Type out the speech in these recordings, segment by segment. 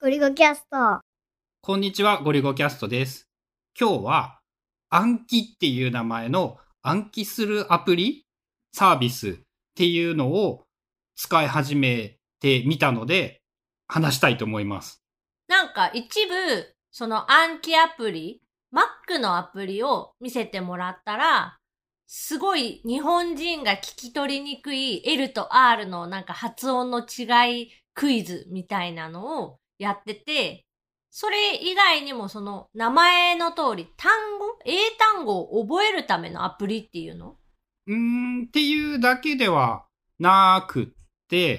ゴリゴキャスト。 こんにちは、ゴリゴキャストです。今日は暗記っていう名前の暗記するアプリ、サービスっていうのを使い始めてみたので話したいと思います。 なんか一部、その暗記アプリ、Mac のアプリを見せてもらったら、すごい日本人が聞き取りにくい L と R のなんか発音の違いクイズみたいなのをやってて、それ以外にもその名前の通り英単語を覚えるためのアプリっていうのっていうだけではなくって、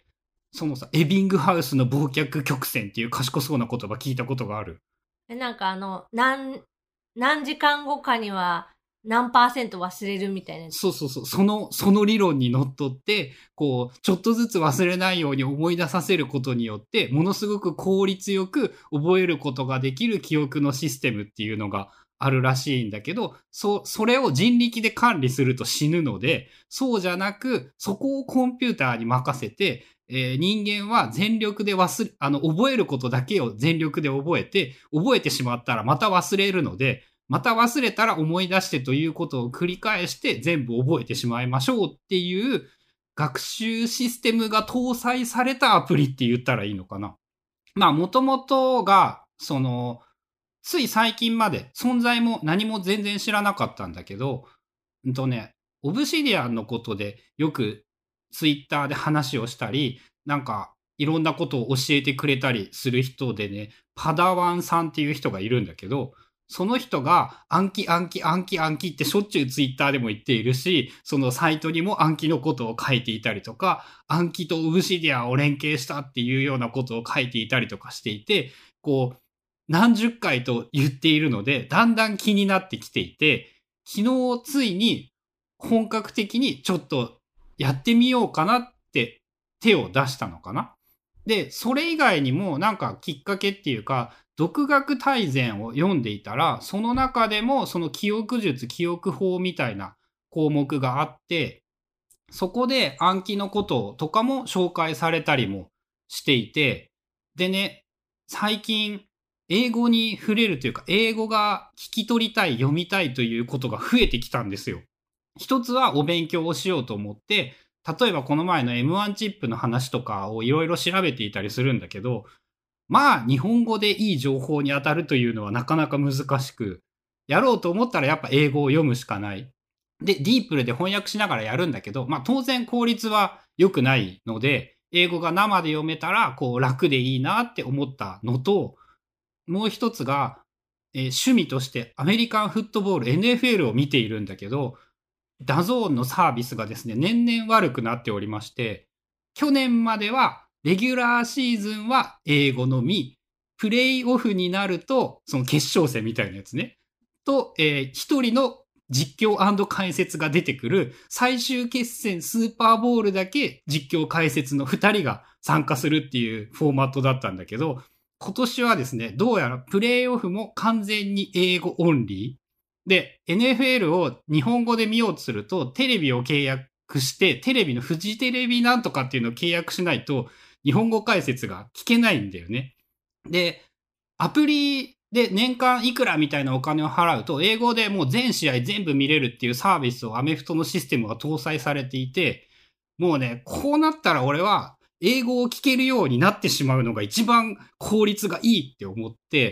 そのさ、エビングハウスの忘却曲線っていう賢そうな言葉聞いたことがある。 なんか何時間後かには何%忘れるみたいな。 そう。その理論にのっとって、ちょっとずつ忘れないように思い出させることによって、ものすごく効率よく覚えることができる記憶のシステムっていうのがあるらしいんだけど、それを人力で管理すると死ぬので、そうじゃなく、そこをコンピューターに任せて、人間は全力で覚えることだけを全力で覚えてしまったらまた忘れるので、また忘れたら思い出してということを繰り返して全部覚えてしまいましょうっていう学習システムが搭載されたアプリって言ったらいいのかな。まあもともとが、つい最近まで存在も何も全然知らなかったんだけど、オブシディアンのことでよくツイッターで話をしたり、なんかいろんなことを教えてくれたりする人でね、パダワンさんっていう人がいるんだけど、その人が暗記ってしょっちゅうツイッターでも言っているし、そのサイトにも暗記のことを書いていたりとか、暗記とオブシディアンを連携したっていうようなことを書いていたりとかしていて、何十回と言っているので、だんだん気になってきていて、昨日ついに本格的にちょっとやってみようかなって手を出したのかな。で、それ以外にもなんかきっかけっていうか、独学大全を読んでいたら、その中でもその記憶術、記憶法みたいな項目があって、そこで暗記のこととかも紹介されたりもしていて、でね、最近英語に触れるというか、英語が聞き取りたい、読みたいということが増えてきたんですよ。一つはお勉強をしようと思って、例えばこの前の M1 チップの話とかをいろいろ調べていたりするんだけど、まあ日本語でいい情報に当たるというのはなかなか難しく、やろうと思ったらやっぱ英語を読むしかない。で、ディープルで翻訳しながらやるんだけど、まあ当然効率は良くないので、英語が生で読めたら楽でいいなって思ったのと、もう一つが、趣味としてアメリカンフットボール NFL を見ているんだけど、ダゾーンのサービスがですね、年々悪くなっておりまして、去年まではレギュラーシーズンは英語のみ、プレイオフになると、その決勝戦みたいなやつね。と、一人の実況&解説が出てくる最終決戦スーパーボールだけ実況解説の二人が参加するっていうフォーマットだったんだけど、今年はですね、どうやらプレイオフも完全に英語オンリー。で、NFL を日本語で見ようとすると、テレビを契約して、テレビのフジテレビなんとかっていうのを契約しないと、日本語解説が聞けないんだよね。で、アプリで年間いくらみたいなお金を払うと、英語でもう全試合全部見れるっていうサービスをアメフトのシステムが搭載されていて、もうね、こうなったら俺は英語を聞けるようになってしまうのが一番効率がいいって思って、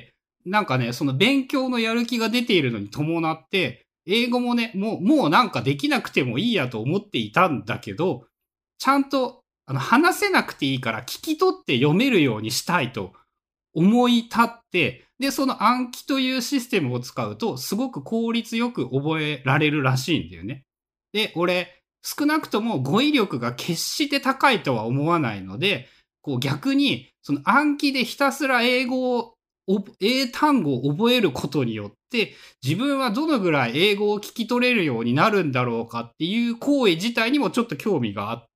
なんかね、その勉強のやる気が出ているのに伴って、英語もね、もうなんかできなくてもいいやと思っていたんだけど、ちゃんと話せなくていいから聞き取って読めるようにしたいと思い立って、で、その暗記というシステムを使うと、すごく効率よく覚えられるらしいんだよね。で、俺、少なくとも語彙力が決して高いとは思わないので、逆に、その暗記でひたすら英単語を覚えることによって、自分はどのぐらい英語を聞き取れるようになるんだろうかっていう行為自体にもちょっと興味があって、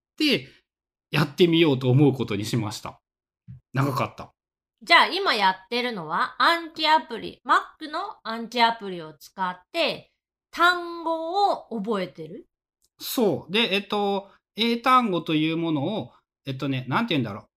やってみようと思うことにしました。長かった。 じゃあ今やってるのは暗記アプリ、Mac の暗記アプリを使って単語を覚えてる？ そう。で、英単語というものを、なんて言うんだろう。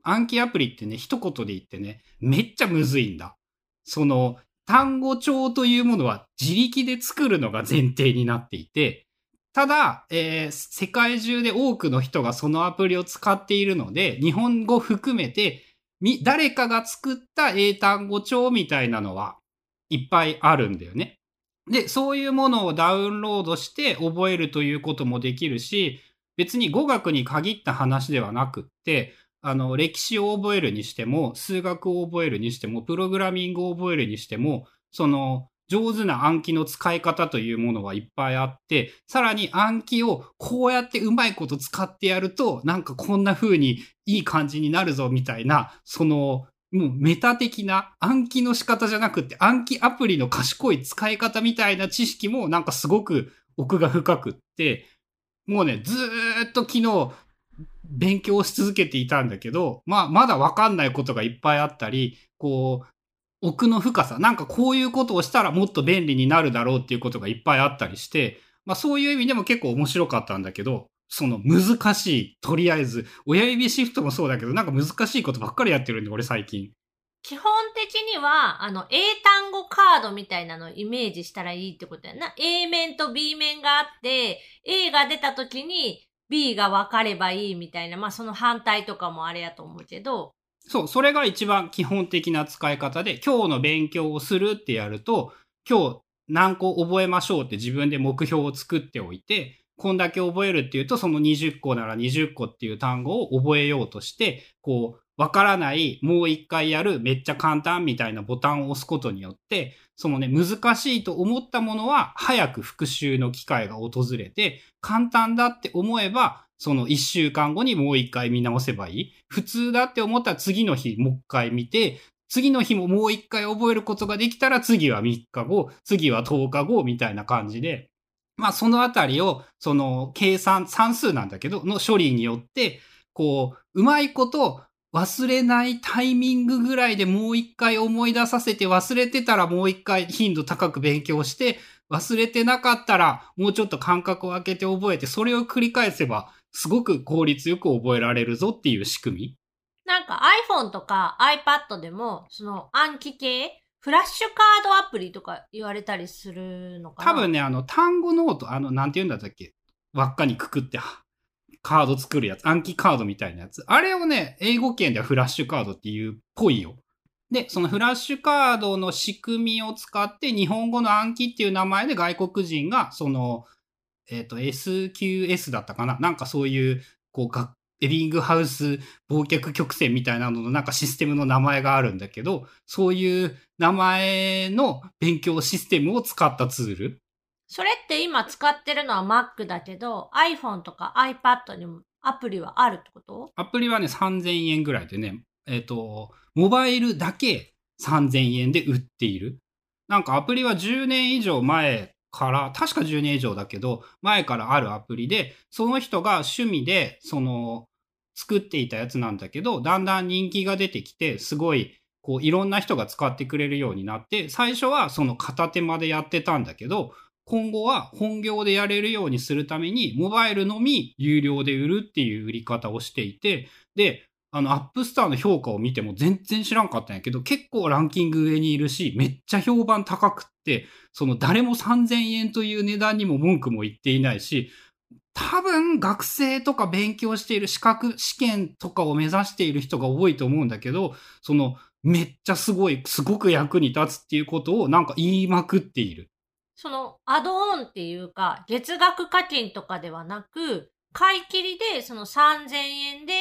暗記アプリってね、一言で言ってね、めっちゃむずいんだ。その、単語帳というものは自力で作るのが前提になっていて、ただ、世界中で多くの人がそのアプリを使っているので、日本語含めて、誰かが作った英単語帳みたいなのはいっぱいあるんだよね。で、そういうものをダウンロードして覚えるということもできるし、別に語学に限った話ではなくって、歴史を覚えるにしても、数学を覚えるにしても、プログラミングを覚えるにしても、上手な暗記の使い方というものはいっぱいあって、さらに暗記をこうやってうまいこと使ってやると、なんかこんな風にいい感じになるぞみたいな、もうメタ的な暗記の仕方じゃなくて暗記アプリの賢い使い方みたいな知識もなんかすごく奥が深くって、もうね、ずーっと昨日勉強し続けていたんだけど、まだわかんないことがいっぱいあったり、奥の深さ、なんかこういうことをしたらもっと便利になるだろうっていうことがいっぱいあったりして、そういう意味でも結構面白かったんだけど、その難しい、とりあえず、親指シフトもそうだけど、なんか難しいことばっかりやってるんで、俺最近。 基本的には、英単語カードみたいなのをイメージしたらいいってことやな。A 面と B 面があって、A が出た時に B が分かればいいみたいな、その反対とかもあれやと思うけど。 そう、それが一番基本的な使い方で、今日の勉強をするってやると、今日何個覚えましょうって自分で目標を作っておいて、こんだけ覚えるっていうと、その20個なら20個っていう単語を覚えようとして、わからない、もう一回やる、めっちゃ簡単みたいなボタンを押すことによって、そのね、難しいと思ったものは、早く復習の機会が訪れて、簡単だって思えば、その1週間後にもう一回見直せばいい。普通だって思ったら次の日もう一回見て、次の日ももう一回覚えることができたら次は3日後、次は10日後みたいな感じで、そのあたりを、計算、算数なんだけど、の処理によって、うまいこと忘れないタイミングぐらいでもう一回思い出させて、忘れてたらもう一回頻度高く勉強して、忘れてなかったらもうちょっと間隔を空けて覚えて、それを繰り返せば、すごく効率よく覚えられるぞっていう仕組み。 なんか iPhone とか iPad でも、その暗記系、フラッシュカードアプリとか言われたりするのかな。 多分ね、単語ノート、なんて言うんだったっけ、輪っかにくくってカード作るやつ、暗記カードみたいなやつ。あれをね、英語圏ではフラッシュカードっていうっぽいよ。で、そのフラッシュカードの仕組みを使って日本語の暗記っていう名前で外国人が、SQS だったかな、なんかそういう、エビングハウス忘却曲線みたいなののなんかシステムの名前があるんだけど、そういう名前の勉強システムを使ったツール。 それって今使ってるのは Mac だけど、iPhone とか iPad にもアプリはあるってこと？ アプリはね、3000円ぐらいでね、モバイルだけ3000円で売っている。なんかアプリは10年以上前から、確か10年以上だけど、前からあるアプリで、その人が趣味で、作っていたやつなんだけど、だんだん人気が出てきて、すごい、いろんな人が使ってくれるようになって、最初はその片手間でやってたんだけど、今後は本業でやれるようにするために、モバイルのみ有料で売るっていう売り方をしていて、で、アップスターの評価を見ても全然知らんかったんやけど、結構ランキング上にいるし、めっちゃ評判高くって、誰も3000円という値段にも文句も言っていないし、多分学生とか勉強している資格試験とかを目指している人が多いと思うんだけど、めっちゃすごく役に立つっていうことをなんか言いまくっている。 そのアドオンっていうか、月額課金とかではなく、買い切りでその3000円で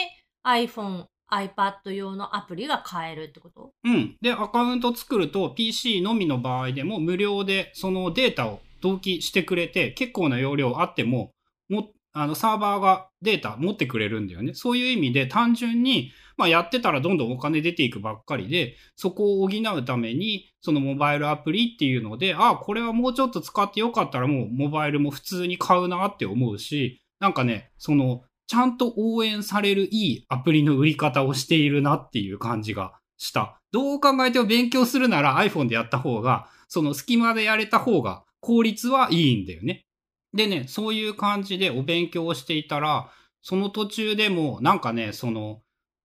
iPhone、iPad 用のアプリが買えるってこと？ うん。で、アカウント作ると PC のみの場合でも無料でそのデータを同期してくれて、結構な容量あっても、サーバーがデータ持ってくれるんだよね。そういう意味で単純に、やってたらどんどんお金出ていくばっかりで、そこを補うために、そのモバイルアプリっていうので、これはもうちょっと使ってよかったらもうモバイルも普通に買うなって思うし、なんかね、ちゃんと応援されるいいアプリの売り方をしているなっていう感じがした。どう考えても勉強するなら iPhone でやった方が、隙間でやれた方が効率はいいんだよね。でね、そういう感じでお勉強をしていたら、その途中でも、なんかね、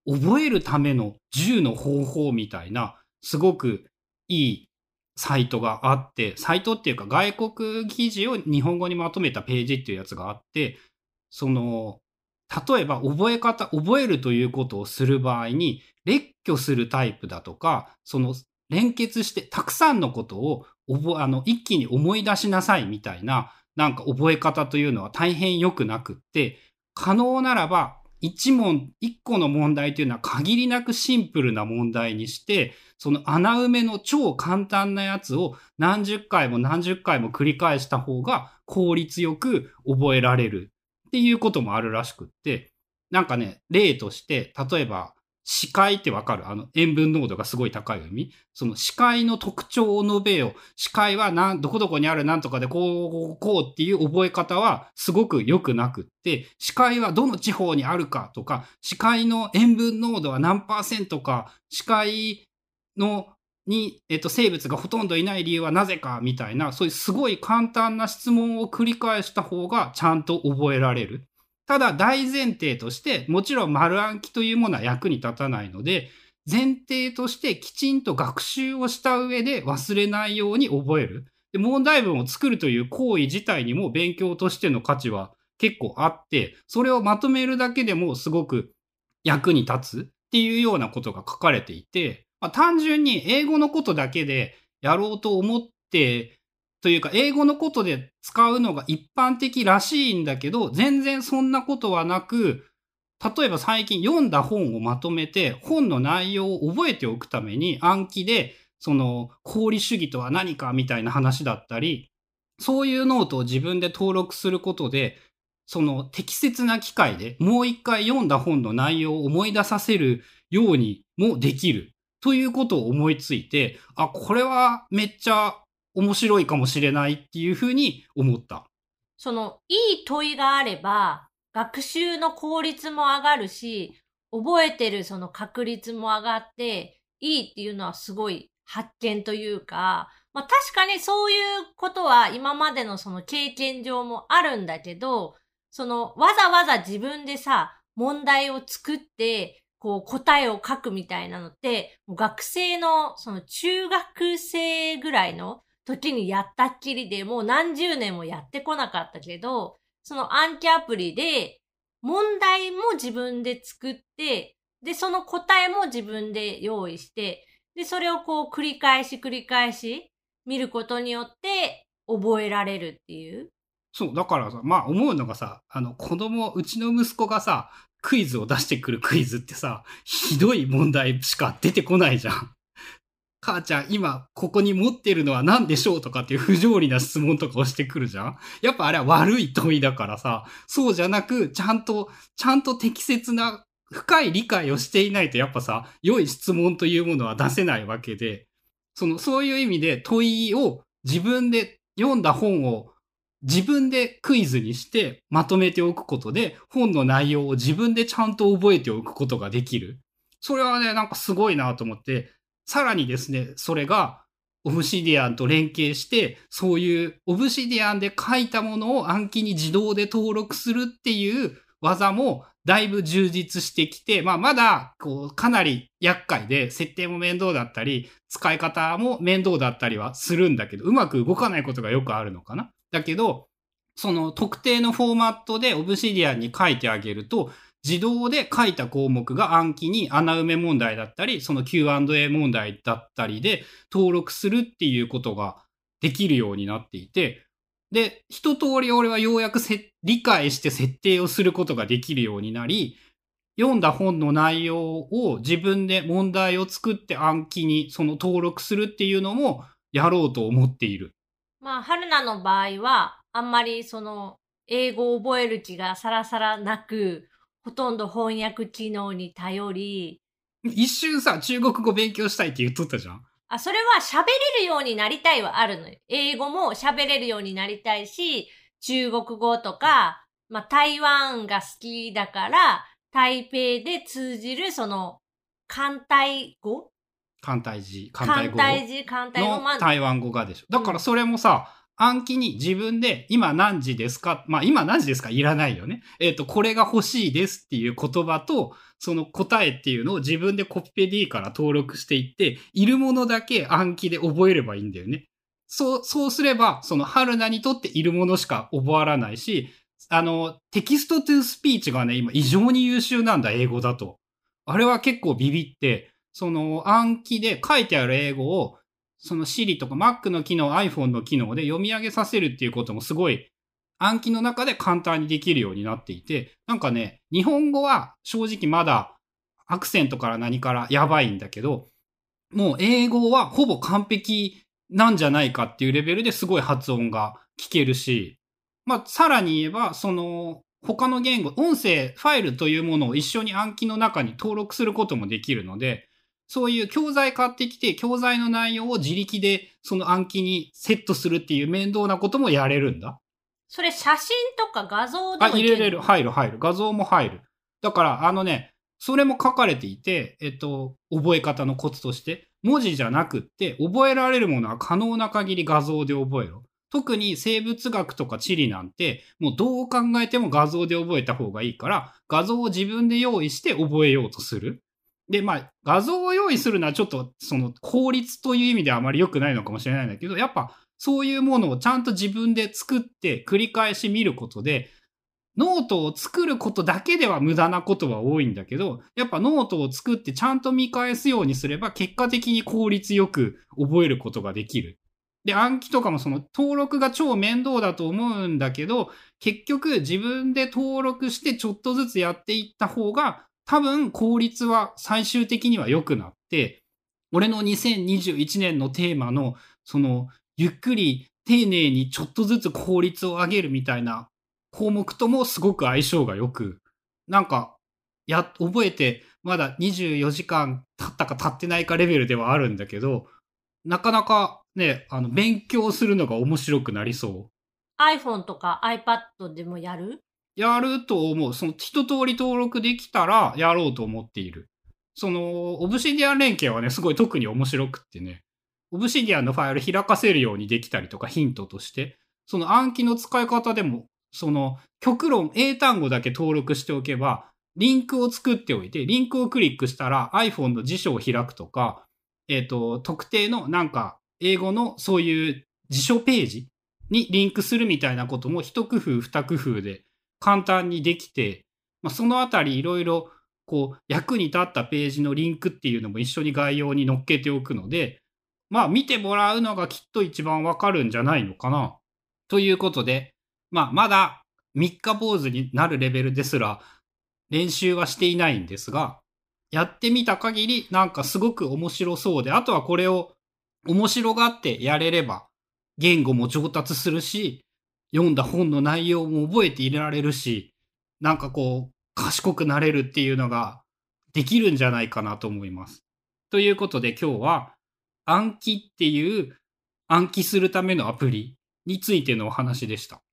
覚えるための10の方法みたいな、すごくいいサイトがあって、サイトっていうか外国記事を日本語にまとめたページっていうやつがあって、その、例えば覚えるということをする場合に、列挙するタイプだとか、その連結してたくさんのことを一気に思い出しなさいみたいな、なんか覚え方というのは大変良くなくって、可能ならば一個の問題というのは限りなくシンプルな問題にして、その穴埋めの超簡単なやつを何十回も何十回も繰り返した方が効率よく覚えられるっていうこともあるらしくって、なんかね、例として、例えば、視界ってわかる？塩分濃度がすごい高い海。その視界の特徴を述べよ。視界はどこどこにあるなんとかでこうっていう覚え方はすごく良くなくって、視界はどの地方にあるかとか、視界の塩分濃度は何%か、視界生物がほとんどいない理由はなぜかみたいな、そういうすごい簡単な質問を繰り返した方がちゃんと覚えられる。ただ大前提として、もちろん丸暗記というものは役に立たないので、前提としてきちんと学習をした上で忘れないように覚える。で、問題文を作るという行為自体にも勉強としての価値は結構あって、それをまとめるだけでもすごく役に立つっていうようなことが書かれていて、単純に英語のことだけでやろうと思ってというか、英語のことで使うのが一般的らしいんだけど、全然そんなことはなく、例えば最近読んだ本をまとめて、本の内容を覚えておくために暗記で、その、功利主義とは何かみたいな話だったり、そういうノートを自分で登録することで、その適切な機会でもう一回読んだ本の内容を思い出させるようにもできるということを思いついて、これはめっちゃ面白いかもしれないっていうふうに思った。 その、いい問いがあれば、学習の効率も上がるし、覚えてるその確率も上がって、いいっていうのはすごい発見というか、まあ確かにそういうことは今までのその経験上もあるんだけど、そのわざわざ自分でさ、問題を作って、こう答えを書くみたいなのって、もう学生のその中学生ぐらいの時にやったっきりでもう何十年もやってこなかったけど、その暗記アプリで問題も自分で作って、で、その答えも自分で用意して、で、それをこう繰り返し見ることによって覚えられるっていう。 そう、だからさ、思うのがさ、うちの息子がさ、クイズを出してくるクイズってさ、ひどい問題しか出てこないじゃん。母ちゃん、今、ここに持ってるのは何でしょうとかっていう不条理な質問とかをしてくるじゃん。やっぱあれは悪い問いだからさ、そうじゃなく、ちゃんと適切な、深い理解をしていないと、やっぱさ、良い質問というものは出せないわけで、そういう意味で問いを自分で読んだ本を自分でクイズにしてまとめておくことで、本の内容を自分でちゃんと覚えておくことができる。それはね、なんかすごいなと思って、さらにですね、それがオブシディアンと連携して、そういうオブシディアンで書いたものを暗記に自動で登録するっていう技もだいぶ充実してきて、まだ、かなり厄介で、設定も面倒だったり、使い方も面倒だったりはするんだけど、うまく動かないことがよくあるのかな。だけど、その特定のフォーマットでオブシディアンに書いてあげると、自動で書いた項目が暗記に穴埋め問題だったり、その Q&A 問題だったりで登録するっていうことができるようになっていて、で、一通り俺はようやく理解して設定をすることができるようになり、読んだ本の内容を自分で問題を作って暗記にその登録するっていうのもやろうと思っている。 まあ、春菜の場合は、あんまりその、英語を覚える気がさらさらなく、ほとんど翻訳機能に頼り、 一瞬さ、中国語勉強したいって言っとったじゃん。 それは喋れるようになりたいはあるのよ。英語も喋れるようになりたいし、中国語とか、まあ、台湾が好きだから、台北で通じるその、簡体語簡体字、 簡体語の台湾語がでしょ。だからそれもさ、 暗記に自分で今何時ですか、まあ今何時ですかいらないよね。これが欲しいですっていう言葉と、その答えっていうのを自分でコピペ D から登録していって、いるものだけ暗記で覚えればいいんだよね。そうすれば、その春菜にとっているものしか覚わらないし、テキストトゥースピーチがね、今異常に優秀なんだ、英語だと。あれは結構ビビって、その暗記で書いてある英語を、その Siri とか Mac の機能、iPhone の機能で読み上げさせるっていうこともすごい暗記の中で簡単にできるようになっていて、なんかね、日本語は正直まだアクセントから何からやばいんだけど、もう英語はほぼ完璧なんじゃないかっていうレベルですごい発音が聞けるし、まあ、さらに言えば、その、他の言語、音声、ファイルというものを一緒に暗記の中に登録することもできるので、そういう教材買ってきて、教材の内容を自力でその暗記にセットするっていう面倒なこともやれるんだ。 それ写真とか画像でも入れれる。入る。画像も入る。だから、それも書かれていて、覚え方のコツとして、文字じゃなくって、覚えられるものは可能な限り画像で覚えろ。特に生物学とか地理なんて、もうどう考えても画像で覚えた方がいいから、画像を自分で用意して覚えようとする。で、まあ、画像を用意するのはちょっと、その、効率という意味ではあまり良くないのかもしれないんだけど、やっぱ、そういうものをちゃんと自分で作って繰り返し見ることで、ノートを作ることだけでは無駄なことは多いんだけど、やっぱノートを作ってちゃんと見返すようにすれば結果的に効率よく覚えることができる。で、暗記とかもその登録が超面倒だと思うんだけど、結局自分で登録してちょっとずつやっていった方が多分効率は最終的には良くなって、俺の2021年のテーマのそのゆっくり丁寧にちょっとずつ効率を上げるみたいな項目ともすごく相性が良く、なんか、覚えてまだ24時間経ったか経ってないかレベルではあるんだけど、なかなかね、勉強するのが面白くなりそう。 iPhone とか iPad でもやる？ やると思う。その一通り登録できたらやろうと思っている。その、オブシディアン連携はね、すごい特に面白くってね、オブシディアンのファイル開かせるようにできたりとかヒントとして、その暗記の使い方でも、その、極論英単語だけ登録しておけば、リンクを作っておいて、リンクをクリックしたら iPhone の辞書を開くとか、特定のなんか、英語のそういう辞書ページにリンクするみたいなことも一工夫二工夫で簡単にできて、まあ、そのあたりいろいろこう役に立ったページのリンクっていうのも一緒に概要に載っけておくので、まあ見てもらうのがきっと一番わかるんじゃないのかな。ということで、まあまだ三日坊主になるレベルですら練習はしていないんですが、やってみた限りなんかすごく面白そうで、あとはこれを面白がってやれれば言語も上達するし、読んだ本の内容も覚えていられるし、なんかこう、賢くなれるっていうのができるんじゃないかなと思います。ということで今日は暗記っていう暗記するためのアプリについてのお話でした。